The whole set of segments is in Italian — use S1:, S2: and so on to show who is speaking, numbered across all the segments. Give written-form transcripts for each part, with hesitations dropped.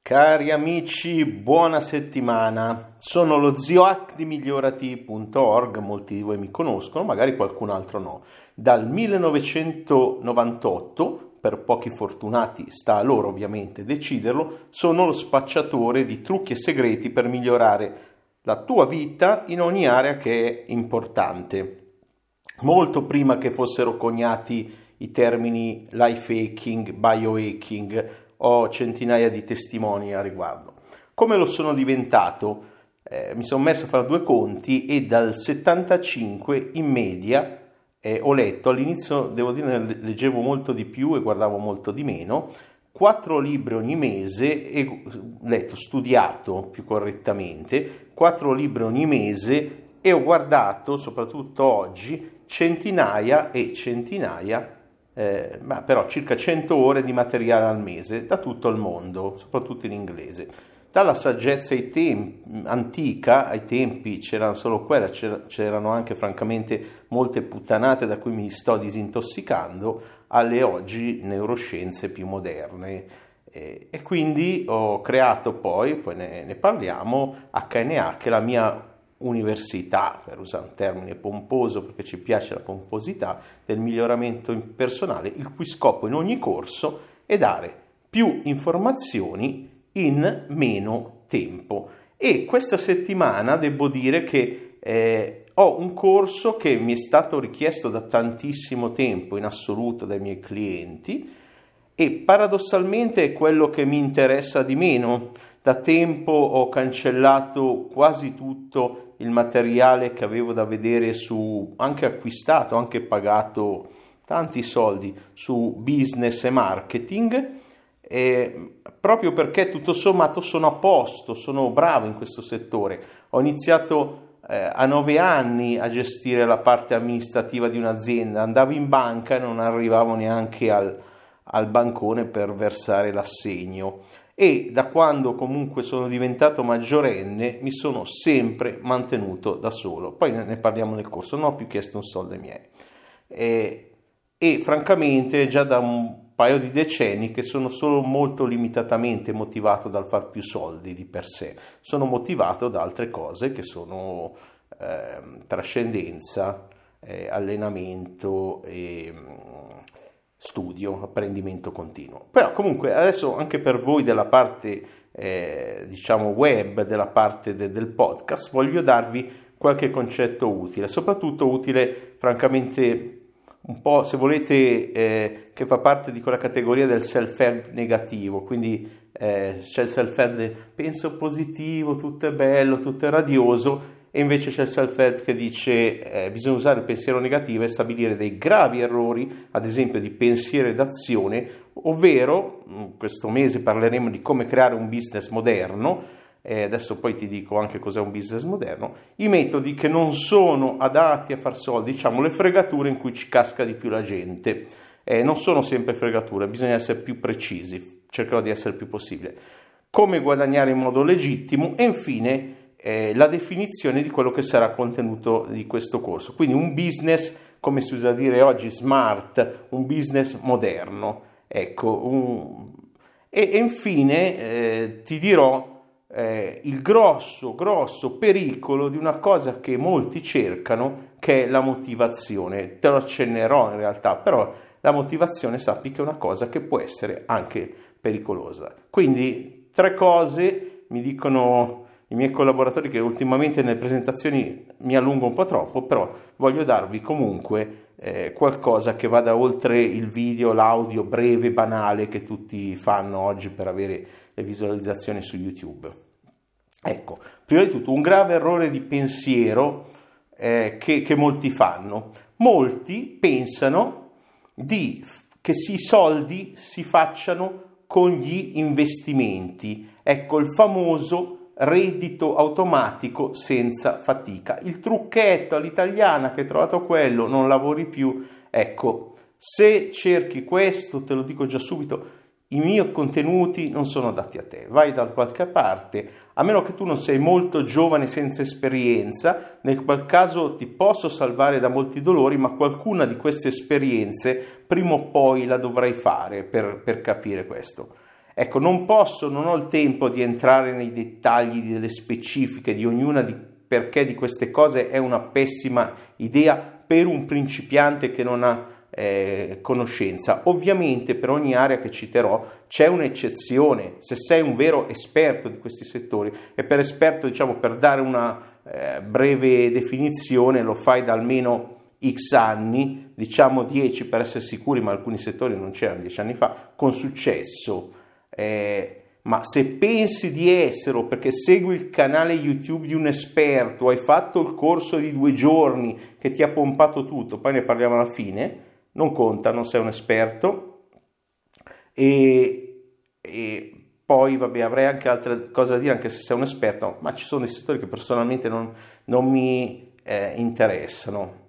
S1: Cari amici, buona settimana. Sono lo zio Hack di migliorati.org, molti di voi mi conoscono, magari qualcun altro no. Dal 1998, per pochi fortunati, sta a loro ovviamente deciderlo, sono lo spacciatore di trucchi e segreti per migliorare la tua vita in ogni area che è importante. Molto prima che fossero coniati i termini life hacking, biohacking, ho centinaia di testimoni a riguardo. Come lo sono diventato? Mi sono messo a fare due conti e dal 75 in media ho letto, all'inizio devo dire leggevo molto di più e guardavo molto di meno, 4 libri ogni mese e studiato più correttamente, 4 libri ogni mese e ho guardato, soprattutto oggi, centinaia e centinaia però circa 100 ore di materiale al mese da tutto il mondo, soprattutto in inglese. Dalla saggezza antica, ai tempi c'erano solo quella, c'erano anche francamente molte puttanate da cui mi sto disintossicando, alle oggi neuroscienze più moderne. E quindi ho creato poi ne parliamo, HNA, che è la mia università, per usare un termine pomposo perché ci piace la pomposità, del miglioramento personale, il cui scopo in ogni corso è dare più informazioni in meno tempo. E questa settimana devo dire che ho un corso che mi è stato richiesto da tantissimo tempo in assoluto dai miei clienti e paradossalmente è quello che mi interessa di meno. Da tempo ho cancellato quasi tutto il materiale che avevo da vedere anche acquistato, anche pagato tanti soldi su business e marketing, proprio perché tutto sommato sono a posto, sono bravo in questo settore. Ho iniziato a 9 anni a gestire la parte amministrativa di un'azienda, andavo in banca e non arrivavo neanche al bancone per versare l'assegno. E da quando comunque sono diventato maggiorenne mi sono sempre mantenuto da solo. Poi ne parliamo nel corso, non ho più chiesto un soldo ai miei. E francamente già da un paio di decenni che sono solo molto limitatamente motivato dal far più soldi di per sé. Sono motivato da altre cose che sono trascendenza, allenamento e studio, apprendimento continuo. Però comunque adesso anche per voi della parte web, della parte del podcast, voglio darvi qualche concetto utile, soprattutto utile francamente un po', se volete, che fa parte di quella categoria del self-help negativo, quindi c'è il self-help penso positivo, tutto è bello, tutto è radioso, e invece c'è il self-help che dice bisogna usare il pensiero negativo e stabilire dei gravi errori, ad esempio di pensiero ed azione, ovvero, questo mese parleremo di come creare un business moderno, adesso poi ti dico anche cos'è un business moderno, i metodi che non sono adatti a far soldi, diciamo le fregature in cui ci casca di più la gente. Non sono sempre fregature, bisogna essere più precisi, cercherò di essere il più possibile. Come guadagnare in modo legittimo e infine la definizione di quello che sarà contenuto di questo corso. Quindi un business, come si usa dire oggi, smart, un business moderno. Ecco, e infine ti dirò il grosso pericolo di una cosa che molti cercano, che è la motivazione. Te lo accennerò in realtà, però la motivazione sappi che è una cosa che può essere anche pericolosa. Quindi 3 cose, mi dicono i miei collaboratori che ultimamente nelle presentazioni mi allungo un po' troppo, però voglio darvi comunque qualcosa che vada oltre il video, l'audio breve, banale che tutti fanno oggi per avere le visualizzazioni su YouTube. Ecco, prima di tutto un grave errore di pensiero che molti fanno. Molti pensano che i soldi si facciano con gli investimenti. Ecco il famoso reddito automatico senza fatica. Il trucchetto all'italiana che hai trovato quello, non lavori più. Ecco, se cerchi questo, te lo dico già subito, i miei contenuti non sono adatti a te. Vai da qualche parte, a meno che tu non sei molto giovane senza esperienza, nel qual caso ti posso salvare da molti dolori, ma qualcuna di queste esperienze prima o poi la dovrai fare per capire questo. Ecco, non ho il tempo di entrare nei dettagli delle specifiche di ognuna perché di queste cose è una pessima idea per un principiante che non ha conoscenza. Ovviamente per ogni area che citerò c'è un'eccezione. Se sei un vero esperto di questi settori, e per esperto, diciamo, per dare una breve definizione, lo fai da almeno X anni, diciamo 10 per essere sicuri, ma alcuni settori non c'erano 10 anni fa, con successo. Ma se pensi di essere, perché segui il canale YouTube di un esperto, hai fatto il corso di 2 giorni che ti ha pompato tutto, poi ne parliamo alla fine, non conta, non sei un esperto. E poi vabbè, avrei anche altre cose da dire, anche se sei un esperto, ma ci sono dei settori che personalmente non mi interessano.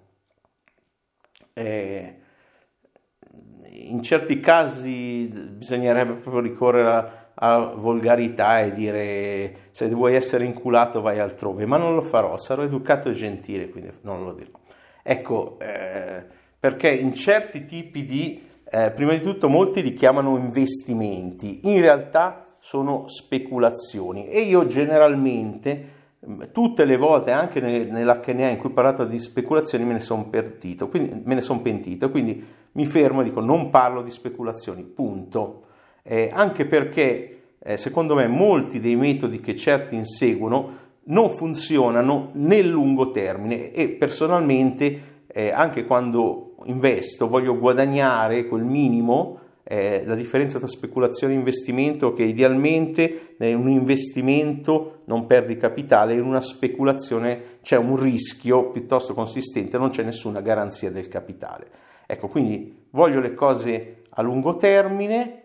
S1: In certi casi bisognerebbe proprio ricorrere a volgarità e dire: se vuoi essere inculato vai altrove, ma non lo farò, sarò educato e gentile, quindi non lo dirò. Ecco, perché in certi tipi di prima di tutto molti li chiamano investimenti, in realtà sono speculazioni, e io generalmente tutte le volte, anche nell'HNA in cui ho parlato di speculazioni, me ne sono pentito, quindi mi fermo e dico: non parlo di speculazioni, punto. Anche perché secondo me molti dei metodi che certi inseguono non funzionano nel lungo termine, e personalmente anche quando investo voglio guadagnare quel minimo. La differenza tra speculazione e investimento, che idealmente in un investimento non perdi capitale, in una speculazione c'è un rischio piuttosto consistente, non c'è nessuna garanzia del capitale. Ecco, quindi voglio le cose a lungo termine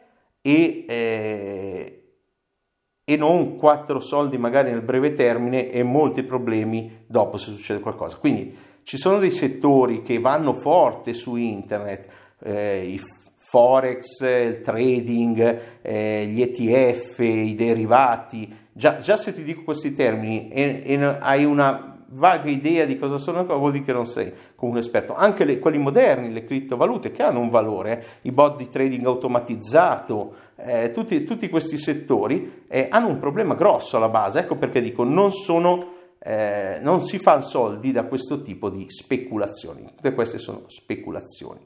S1: e non 4 soldi magari nel breve termine e molti problemi dopo se succede qualcosa. Quindi ci sono dei settori che vanno forte su internet, i Forex, il trading, gli ETF, i derivati. Già se ti dico questi termini e hai una vaga idea di cosa sono, vuol dire che non sei come un esperto. Anche quelli moderni, le criptovalute, che hanno un valore, i bot di trading automatizzato, tutti questi settori hanno un problema grosso alla base. Ecco perché dico: non si fanno soldi da questo tipo di speculazioni. Tutte queste sono speculazioni.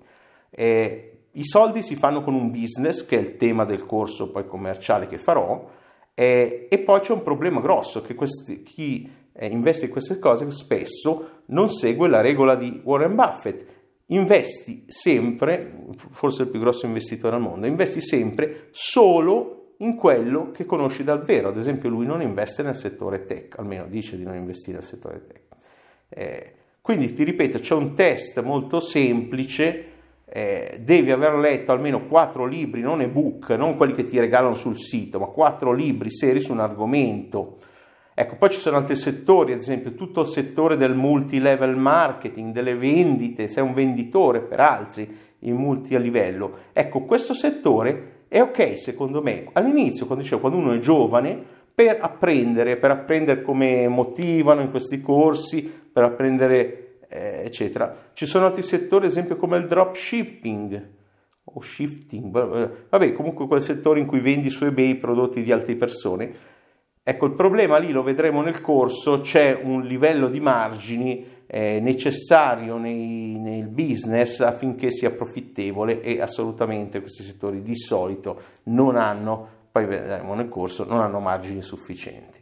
S1: I soldi si fanno con un business, che è il tema del corso poi commerciale che farò, e poi c'è un problema grosso, che chi investe in queste cose spesso non segue la regola di Warren Buffett. Investi sempre, forse il più grosso investitore al mondo, investi sempre solo in quello che conosci davvero. Ad esempio lui non investe nel settore tech, almeno dice di non investire nel settore tech. Quindi ti ripeto, c'è un test molto semplice. Devi aver letto almeno 4 libri, non ebook, non quelli che ti regalano sul sito, ma 4 libri seri su un argomento. Ecco, poi ci sono altri settori, ad esempio tutto il settore del multi-level marketing, delle vendite, sei un venditore per altri in multi-livello. Ecco, questo settore è ok secondo me all'inizio, quando uno è giovane, per apprendere come motivano in questi corsi, per apprendere eccetera. Ci sono altri settori, ad esempio come il dropshipping o shifting, vabbè, comunque quel settore in cui vendi su eBay prodotti di altre persone. Ecco, il problema lì lo vedremo nel corso, c'è un livello di margini necessario nel business affinché sia profittevole, e assolutamente questi settori di solito non hanno, poi vedremo nel corso, non hanno margini sufficienti.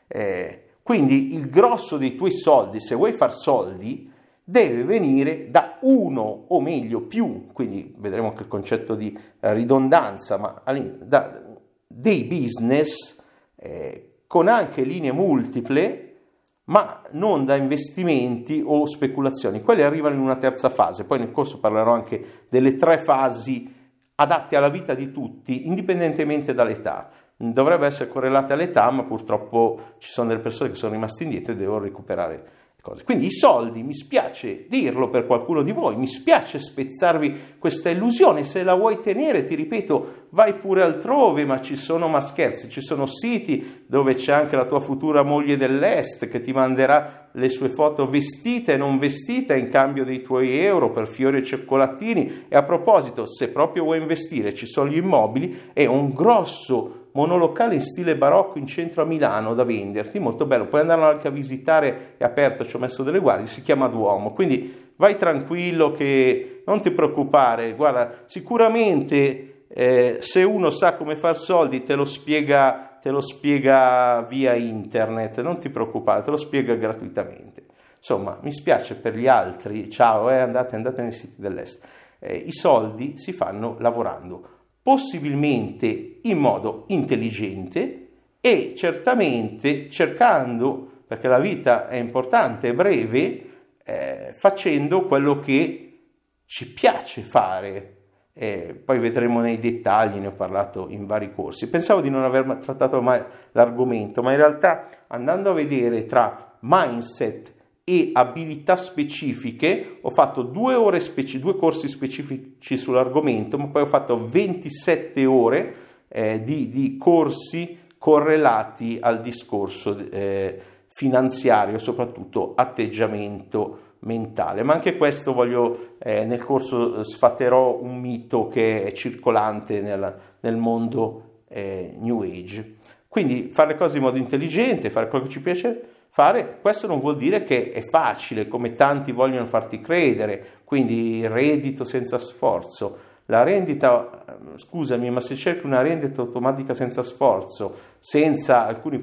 S1: Quindi il grosso dei tuoi soldi, se vuoi far soldi, deve venire da uno o meglio più, quindi vedremo anche il concetto di ridondanza, ma da dei business con anche linee multiple, ma non da investimenti o speculazioni. Quelli arrivano in una terza fase. Poi nel corso parlerò anche delle 3 fasi adatte alla vita di tutti, indipendentemente dall'età. Dovrebbe essere correlate all'età, ma purtroppo ci sono delle persone che sono rimaste indietro e devono recuperare cose. Quindi i soldi, mi spiace dirlo per qualcuno di voi, mi spiace spezzarvi questa illusione, se la vuoi tenere, ti ripeto, vai pure altrove, ma scherzi, ci sono siti dove c'è anche la tua futura moglie dell'Est che ti manderà le sue foto vestite e non vestite in cambio dei tuoi euro per fiori e cioccolatini. E a proposito, se proprio vuoi investire, ci sono gli immobili e un grosso monolocale in stile barocco in centro a Milano da venderti, molto bello, puoi andarlo anche a visitare, è aperto, ci ho messo delle guardie, si chiama Duomo, quindi vai tranquillo, che non ti preoccupare, guarda, sicuramente se uno sa come far soldi te lo spiega via internet, non ti preoccupare, te lo spiega gratuitamente. Insomma, mi spiace per gli altri, ciao, andate nei siti dell'est. I soldi si fanno lavorando, possibilmente in modo intelligente e certamente cercando, perché la vita è importante e breve, facendo quello che ci piace fare. Poi vedremo nei dettagli, ne ho parlato in vari corsi. Pensavo di non aver trattato mai l'argomento, ma in realtà andando a vedere tra mindset e abilità specifiche ho fatto 2 corsi specifici sull'argomento, ma poi ho fatto 27 ore di corsi correlati al discorso finanziario, soprattutto atteggiamento mentale. Ma anche questo nel corso sfaterò un mito che è circolante nel mondo New Age. Quindi fare le cose in modo intelligente, fare quello che ci piace fare, questo non vuol dire che è facile, come tanti vogliono farti credere, quindi reddito senza sforzo. La rendita, scusami, ma se cerchi una rendita automatica senza sforzo, senza alcuni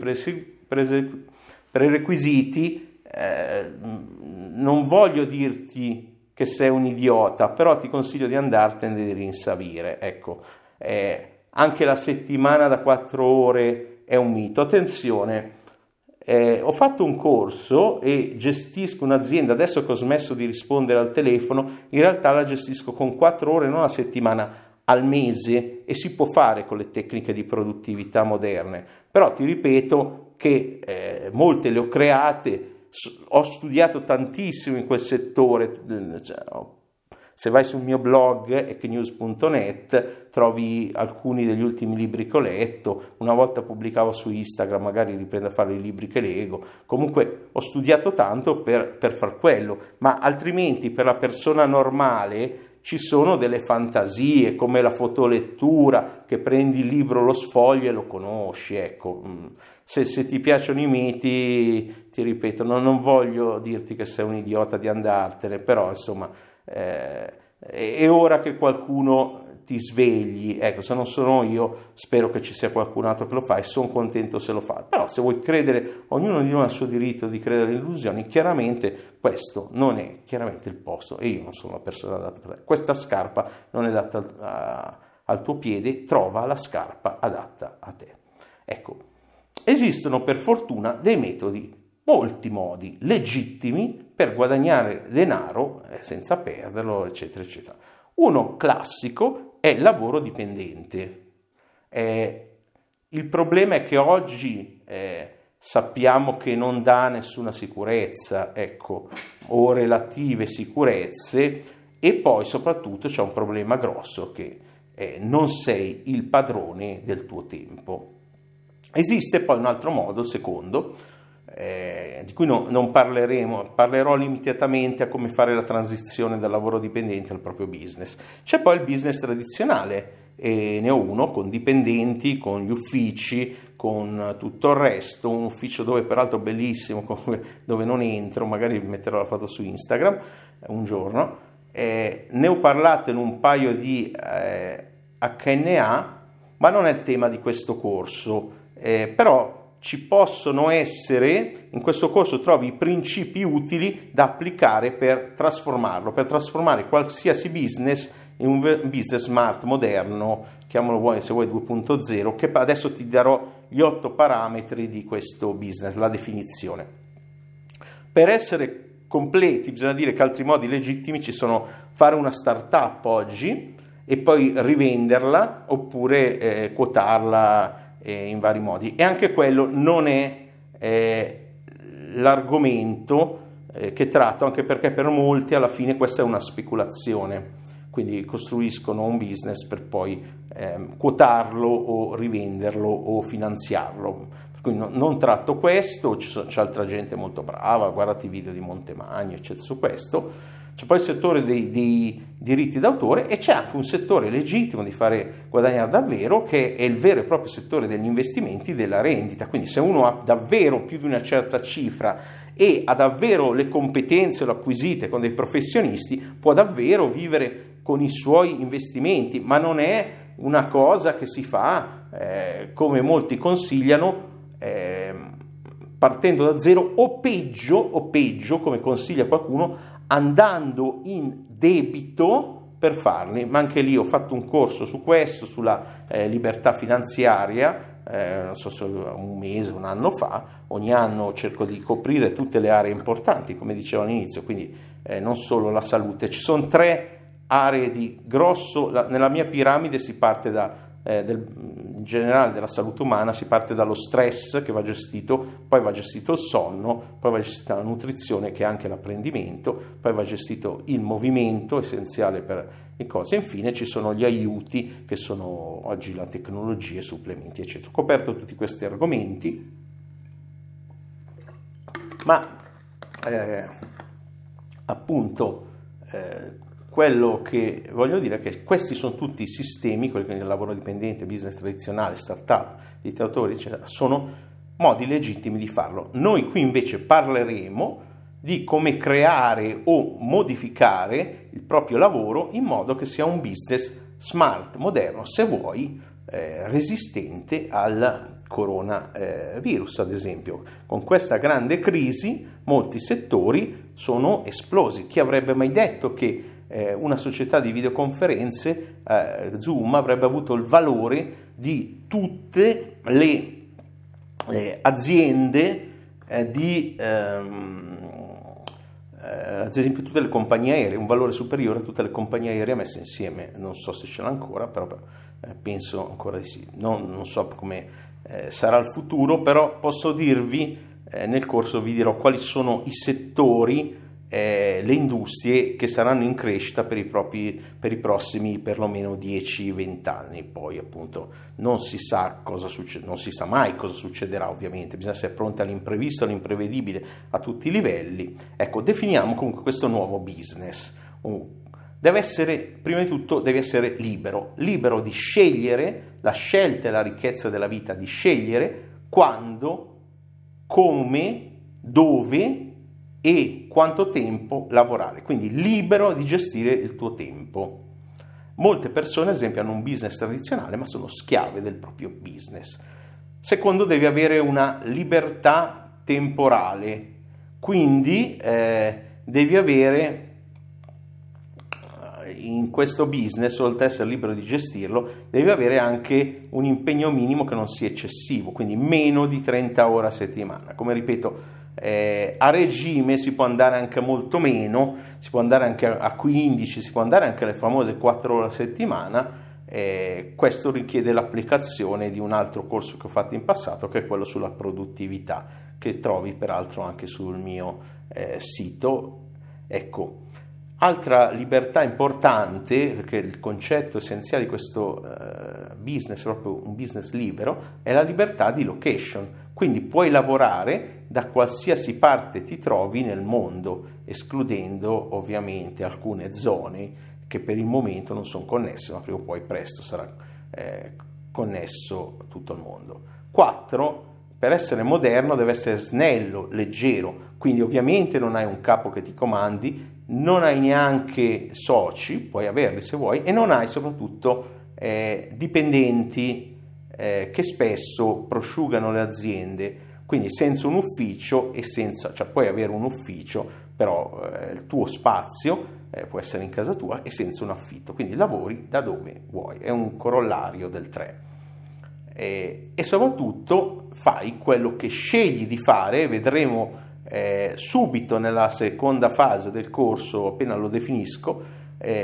S1: prerequisiti, non voglio dirti che sei un idiota, però ti consiglio di andartene e di rinsavire. Ecco, anche la settimana da 4 ore è un mito. Attenzione, ho fatto un corso e gestisco un'azienda, adesso che ho smesso di rispondere al telefono, in realtà la gestisco con 4 ore, non a settimana, al mese, e si può fare con le tecniche di produttività moderne. Però ti ripeto che molte le ho create, ho studiato tantissimo in quel settore, se vai sul mio blog ecnews.net trovi alcuni degli ultimi libri che ho letto, una volta pubblicavo su Instagram, magari riprendo a fare i libri che leggo. Comunque ho studiato tanto per far quello, ma altrimenti per la persona normale ci sono delle fantasie come la fotolettura, che prendi il libro, lo sfogli e lo conosci, ecco. Se ti piacciono i miti, ti ripeto, non voglio dirti che sei un idiota di andartene, però insomma è ora che qualcuno ti svegli, ecco, se non sono io spero che ci sia qualcun altro che lo fa e sono contento se lo fa. Però se vuoi credere, ognuno di noi ha il suo diritto di credere in illusioni, chiaramente questo non è chiaramente il posto e io non sono la persona adatta per te. Questa scarpa non è adatta al tuo piede, trova la scarpa adatta a te. Ecco, esistono per fortuna dei metodi, molti modi legittimi per guadagnare denaro senza perderlo, eccetera, eccetera. Uno classico è il lavoro dipendente. Il problema è che oggi sappiamo che non dà nessuna sicurezza, ecco, o relative sicurezze, e poi soprattutto c'è un problema grosso che non sei il padrone del tuo tempo. Esiste poi un altro modo, secondo, di cui non parlerò limitatamente a come fare la transizione dal lavoro dipendente al proprio business. C'è poi il business tradizionale, e ne ho uno con dipendenti, con gli uffici, con tutto il resto, un ufficio dove peraltro bellissimo, dove non entro, magari metterò la foto su Instagram un giorno. Ne ho parlato in un paio di HNA, ma non è il tema di questo corso, però ci possono essere, in questo corso trovi i principi utili da applicare per trasformare qualsiasi business in un business smart, moderno, chiamalo se vuoi 2.0, che adesso ti darò gli 8 parametri di questo business, la definizione. Per essere completi bisogna dire che altri modi legittimi ci sono: fare una startup oggi e poi rivenderla, oppure quotarla in vari modi, e anche quello non è l'argomento che tratto, anche perché per molti alla fine questa è una speculazione, quindi costruiscono un business per poi quotarlo o rivenderlo o finanziarlo. Per cui non tratto questo, c'è altra gente molto brava, guardate i video di Montemagno eccetera su questo. C'è poi il settore dei diritti d'autore e c'è anche un settore legittimo di fare guadagnare davvero, che è il vero e proprio settore degli investimenti, della rendita. Quindi se uno ha davvero più di una certa cifra e ha davvero le competenze lo acquisite con dei professionisti, può davvero vivere con i suoi investimenti, ma non è una cosa che si fa come molti consigliano, partendo da zero o peggio, come consiglia qualcuno, andando in debito per farli. Ma anche lì ho fatto un corso su questo, sulla libertà finanziaria, non so se un mese, un anno fa. Ogni anno cerco di coprire tutte le aree importanti, come dicevo all'inizio, quindi non solo la salute. Ci sono 3 aree di grosso, nella mia piramide si parte in generale della salute umana, si parte dallo stress che va gestito, poi va gestito il sonno, poi va gestita la nutrizione, che è anche l'apprendimento, poi va gestito il movimento, essenziale per le cose, e infine ci sono gli aiuti, che sono oggi la tecnologia, supplementi eccetera. Ho coperto tutti questi argomenti, ma appunto quello che voglio dire è che questi sono tutti i sistemi, quelli del lavoro dipendente, business tradizionale, startup, dittatori, eccetera, sono modi legittimi di farlo. Noi qui invece parleremo di come creare o modificare il proprio lavoro in modo che sia un business smart, moderno, se vuoi, resistente al coronavirus. Ad esempio, con questa grande crisi molti settori sono esplosi. Chi avrebbe mai detto che una società di videoconferenze, Zoom, avrebbe avuto il valore di tutte le aziende ad esempio tutte le compagnie aeree, un valore superiore a tutte le compagnie aeree messe insieme. Non so se ce l'ha ancora, però penso ancora di sì. Non so come sarà il futuro, però posso dirvi, nel corso vi dirò quali sono i settori, le industrie che saranno in crescita per i prossimi perlomeno 10-20 anni. Poi appunto non si sa cosa succede, non si sa mai cosa succederà, ovviamente bisogna essere pronti all'imprevisto, all'imprevedibile a tutti i livelli. Ecco, definiamo comunque questo nuovo business. Deve essere, prima di tutto, deve essere libero di scegliere. La scelta è la ricchezza della vita, di scegliere quando, come, dove e quanto tempo lavorare, quindi libero di gestire il tuo tempo. Molte persone, ad esempio, hanno un business tradizionale ma sono schiave del proprio business. Secondo, devi avere una libertà temporale, quindi devi avere in questo business, oltre ad essere libero di gestirlo, devi avere anche un impegno minimo che non sia eccessivo, quindi meno di 30 ore a settimana. Come ripeto, a regime si può andare anche molto meno, si può andare anche a 15, si può andare anche alle famose 4 ore a settimana. Questo richiede l'applicazione di un altro corso che ho fatto in passato, che è quello sulla produttività, che trovi peraltro anche sul mio sito. Ecco, altra libertà importante, perché il concetto essenziale di questo business, proprio un business libero, è la libertà di location. Quindi puoi lavorare da qualsiasi parte ti trovi nel mondo, escludendo ovviamente alcune zone che per il momento non sono connesse, ma prima o poi presto sarà connesso tutto il mondo. 4. Per essere moderno deve essere snello, leggero, quindi ovviamente non hai un capo che ti comandi, non hai neanche soci, puoi averli se vuoi, e non hai soprattutto dipendenti che spesso prosciugano le aziende, quindi senza un ufficio e senza, cioè puoi avere un ufficio, però il tuo spazio può essere in casa tua e senza un affitto, quindi lavori da dove vuoi, è un corollario del 3. E soprattutto fai quello che scegli di fare. Vedremo subito nella seconda fase del corso, appena lo definisco,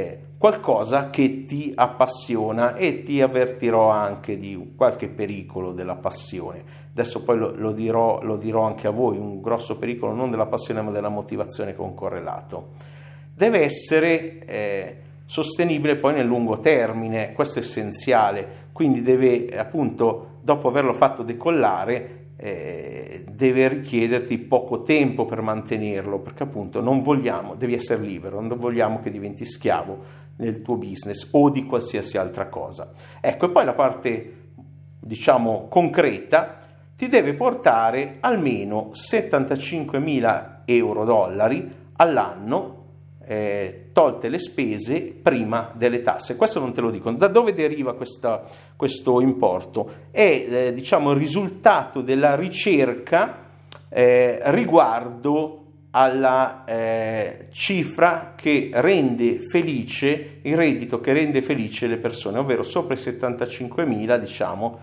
S1: qualcosa che ti appassiona, e ti avvertirò anche di qualche pericolo della passione. Adesso poi lo dirò anche a voi, un grosso pericolo non della passione ma della motivazione con correlato. Deve essere sostenibile poi nel lungo termine, questo è essenziale, quindi deve, appunto, dopo averlo fatto decollare, deve richiederti poco tempo per mantenerlo, perché appunto devi essere libero, non vogliamo che diventi schiavo nel tuo business o di qualsiasi altra cosa. Ecco, e poi la parte, diciamo, concreta ti deve portare almeno 75.000 euro-dollari all'anno, tolte le spese prima delle tasse. Questo non te lo dicono. Da dove deriva questo importo? È diciamo il risultato della ricerca riguardo alla cifra che rende felice, il reddito che rende felice le persone, ovvero sopra i 75.000, diciamo,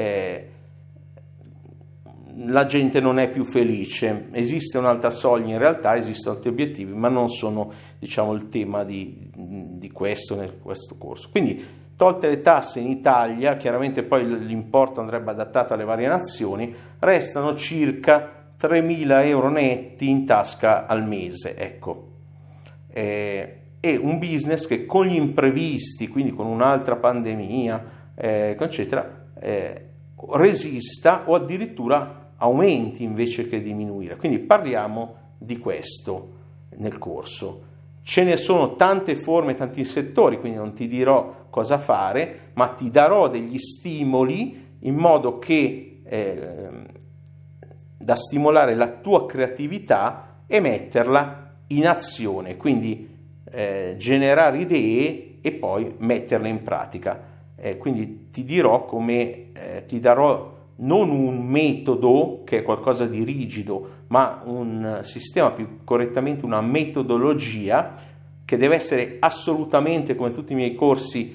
S1: la gente non è più felice. Esiste un'altra soglia, in realtà esistono altri obiettivi, ma non sono, diciamo, il tema di questo corso. Quindi, tolte le tasse in Italia, chiaramente poi l'importo andrebbe adattato alle varie nazioni, restano circa 3.000 euro netti in tasca al mese. Ecco, è un business che con gli imprevisti, quindi con un'altra pandemia, eccetera, resista o addirittura aumenti invece che diminuire. Quindi parliamo di questo nel corso. Ce ne sono tante forme, tanti settori, quindi non ti dirò cosa fare, ma ti darò degli stimoli in modo che da stimolare la tua creatività e metterla in azione, quindi generare idee e poi metterle in pratica. Quindi ti dirò ti darò non un metodo che è qualcosa di rigido, ma un sistema, più correttamente una metodologia che deve essere assolutamente, come tutti i miei corsi,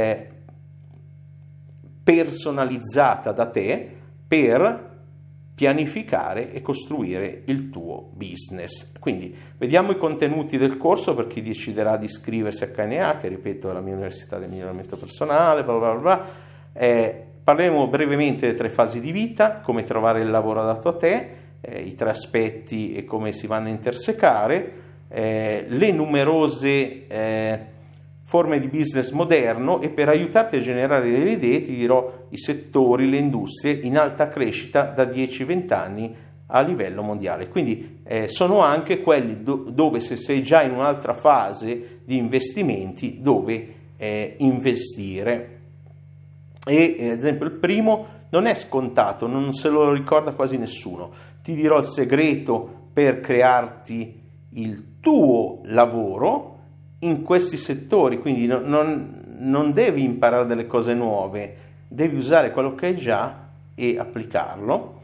S1: personalizzata da te per pianificare e costruire il tuo business. Quindi vediamo i contenuti del corso per chi deciderà di iscriversi a KNA, che ripeto è la mia università del miglioramento personale, bla bla bla. Parleremo brevemente delle 3 fasi di vita, come trovare il lavoro adatto a te, i 3 aspetti e come si vanno a intersecare, le numerose forme di business moderno, e per aiutarti a generare delle idee ti dirò i settori, le industrie in alta crescita da 10-20 anni a livello mondiale. Quindi sono anche quelli dove, se sei già in un'altra fase di investimenti, dove investire. E ad esempio il primo non è scontato, non se lo ricorda quasi nessuno. Ti dirò il segreto per crearti il tuo lavoro in questi settori, quindi non devi imparare delle cose nuove, devi usare quello che hai già e applicarlo.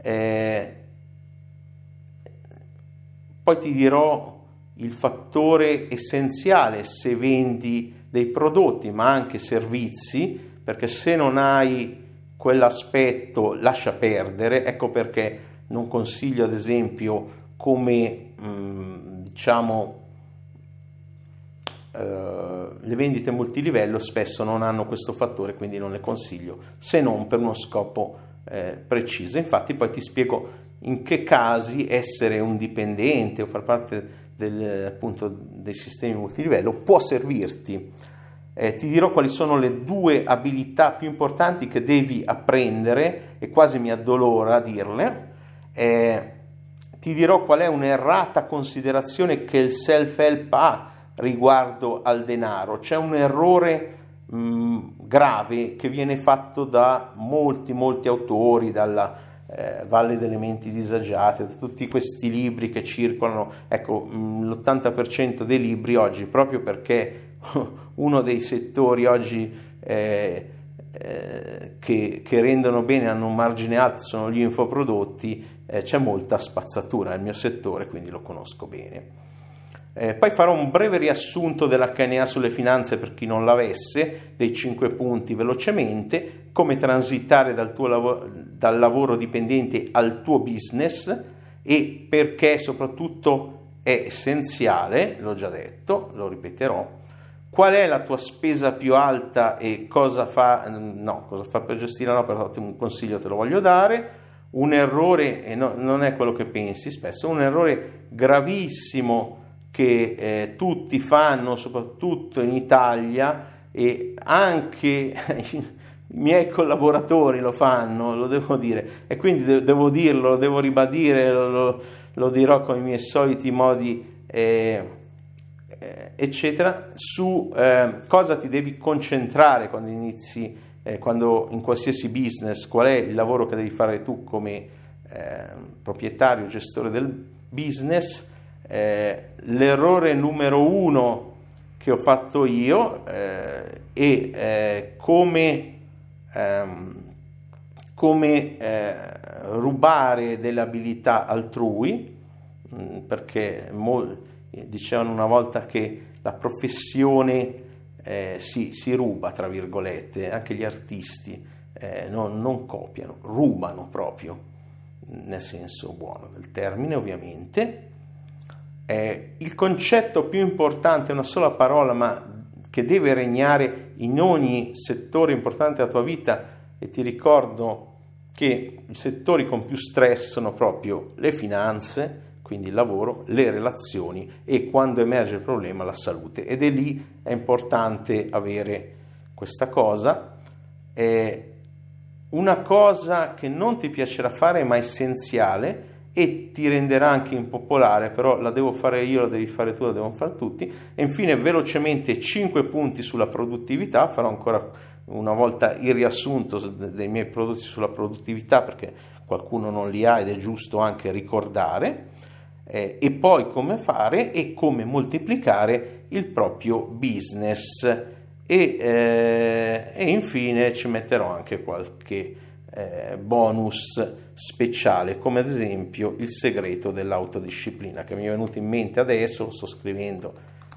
S1: Poi ti dirò il fattore essenziale se vendi dei prodotti ma anche servizi, perché se non hai quell'aspetto lascia perdere. Ecco perché non consiglio, ad esempio, come diciamo le vendite multilivello spesso non hanno questo fattore, quindi non le consiglio se non per uno scopo preciso. Infatti poi ti spiego in che casi essere un dipendente o far parte appunto dei sistemi multilivello può servirti. Ti dirò quali sono le 2 abilità più importanti che devi apprendere, e quasi mi addolora a dirle. Ti dirò qual è un'errata considerazione che il self-help ha riguardo al denaro. C'è un errore grave che viene fatto da molti autori, dalla Valle delle menti disagiate, da tutti questi libri che circolano. Ecco, l'80% dei libri oggi, proprio perché uno dei settori oggi che rendono bene, hanno un margine alto, sono gli infoprodotti, c'è molta spazzatura nel mio settore, quindi lo conosco bene. Poi farò un breve riassunto della KNA sulle finanze per chi non l'avesse, dei 5 punti velocemente, come transitare dal lavoro dipendente al tuo business e perché soprattutto è essenziale, l'ho già detto, lo ripeterò, qual è la tua spesa più alta e cosa fa per gestirla, no, però un consiglio te lo voglio dare. Un errore, e non è quello che pensi spesso, un errore gravissimo che tutti fanno, soprattutto in Italia, e anche i miei collaboratori lo fanno, lo devo dire, e quindi devo dirlo, lo devo ribadire, lo dirò con i miei soliti modi, eccetera, su cosa ti devi concentrare quando inizi, quando in qualsiasi business, qual è il lavoro che devi fare tu come proprietario, gestore del business. L'errore numero 1 che ho fatto io è come rubare delle abilità altrui, perché dicevano una volta che la professione si ruba, tra virgolette, anche gli artisti non copiano, rubano proprio, nel senso buono del termine ovviamente. Il concetto più importante, una sola parola, ma che deve regnare in ogni settore importante della tua vita, e ti ricordo che i settori con più stress sono proprio le finanze, quindi il lavoro, le relazioni e, quando emerge il problema, la salute. Ed è lì è importante avere questa cosa. Una cosa che non ti piacerà fare ma essenziale e ti renderà anche impopolare, però la devo fare io, la devi fare tu, la devono fare tutti. E infine velocemente 5 punti sulla produttività. Farò ancora una volta il riassunto dei miei prodotti sulla produttività, perché qualcuno non li ha ed è giusto anche ricordare, e poi come fare e come moltiplicare il proprio business, e infine ci metterò anche qualche bonus speciale, come ad esempio il segreto dell'autodisciplina, che mi è venuto in mente adesso, lo sto scrivendo,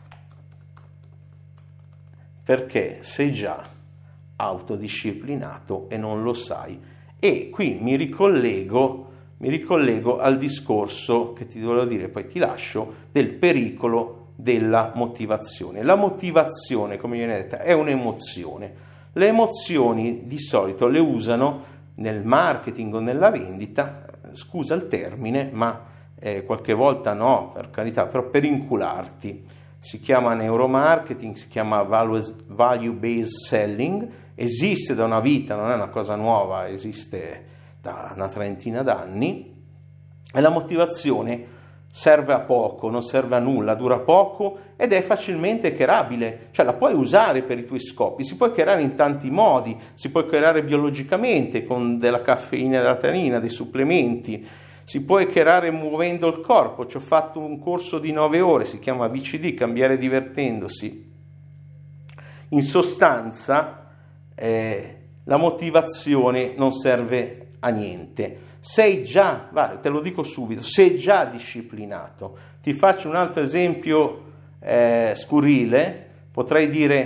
S1: perché sei già autodisciplinato e non lo sai. E qui mi ricollego al discorso che ti volevo dire, poi ti lascio, del pericolo della motivazione. La motivazione, come viene detta, è un'emozione. Le emozioni di solito le usano nel marketing o nella vendita, scusa il termine, ma qualche volta no, per carità, però per incularti. Si chiama neuromarketing, si chiama value-based selling, esiste da una vita, non è una cosa nuova, esiste da una trentina d'anni, e la motivazione serve a poco, non serve a nulla, dura poco ed è facilmente hackerabile, cioè la puoi usare per i tuoi scopi, si può hackerare in tanti modi, si può hackerare biologicamente con della caffeina e della tanina, dei supplementi, si può hackerare muovendo il corpo. Ci ho fatto un corso di 9 ore, si chiama VCD, cambiare divertendosi. In sostanza la motivazione non serve a niente. Sei già, te lo dico subito, sei già disciplinato. Ti faccio un altro esempio scurrile. Potrei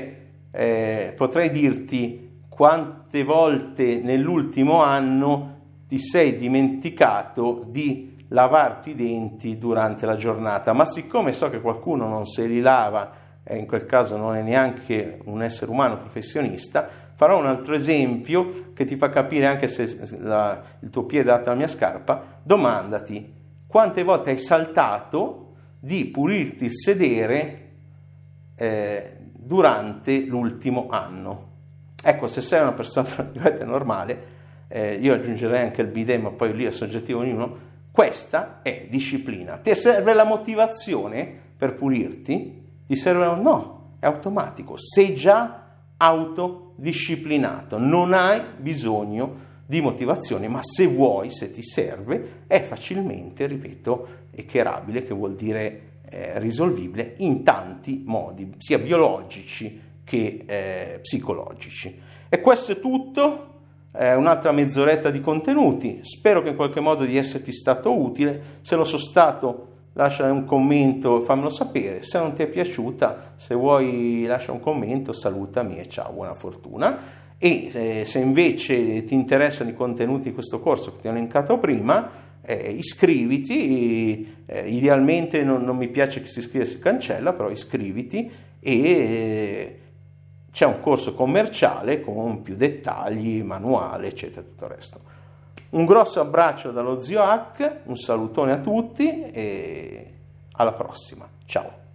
S1: dirti quante volte nell'ultimo anno ti sei dimenticato di lavarti i denti durante la giornata, ma siccome so che qualcuno non se li lava, e in quel caso non è neanche un essere umano professionista, farò un altro esempio che ti fa capire anche se il tuo piede è dato alla mia scarpa. Domandati quante volte hai saltato di pulirti il sedere durante l'ultimo anno. Ecco, se sei una persona normale, io aggiungerei anche il bidet, ma poi lì è soggettivo ognuno. Questa è disciplina. Ti serve la motivazione per pulirti? Ti serve? No, è automatico. Sei già autodisciplinato, non hai bisogno di motivazione, ma se vuoi, se ti serve, è facilmente, ripeto, hackerabile, che vuol dire risolvibile in tanti modi, sia biologici che psicologici. E questo è tutto. Un'altra mezz'oretta di contenuti, spero che in qualche modo di esserti stato utile. Se lo sono stato, lascia un commento, fammelo sapere. Se non ti è piaciuta, se vuoi lascia un commento, salutami e ciao, buona fortuna. E se invece ti interessano i contenuti di questo corso che ti ho elencato prima, iscriviti. Idealmente non mi piace che si iscrive e si cancella, però iscriviti e c'è un corso commerciale con più dettagli, manuale, eccetera, tutto il resto. Un grosso abbraccio dallo zio Hack, un salutone a tutti e alla prossima. Ciao!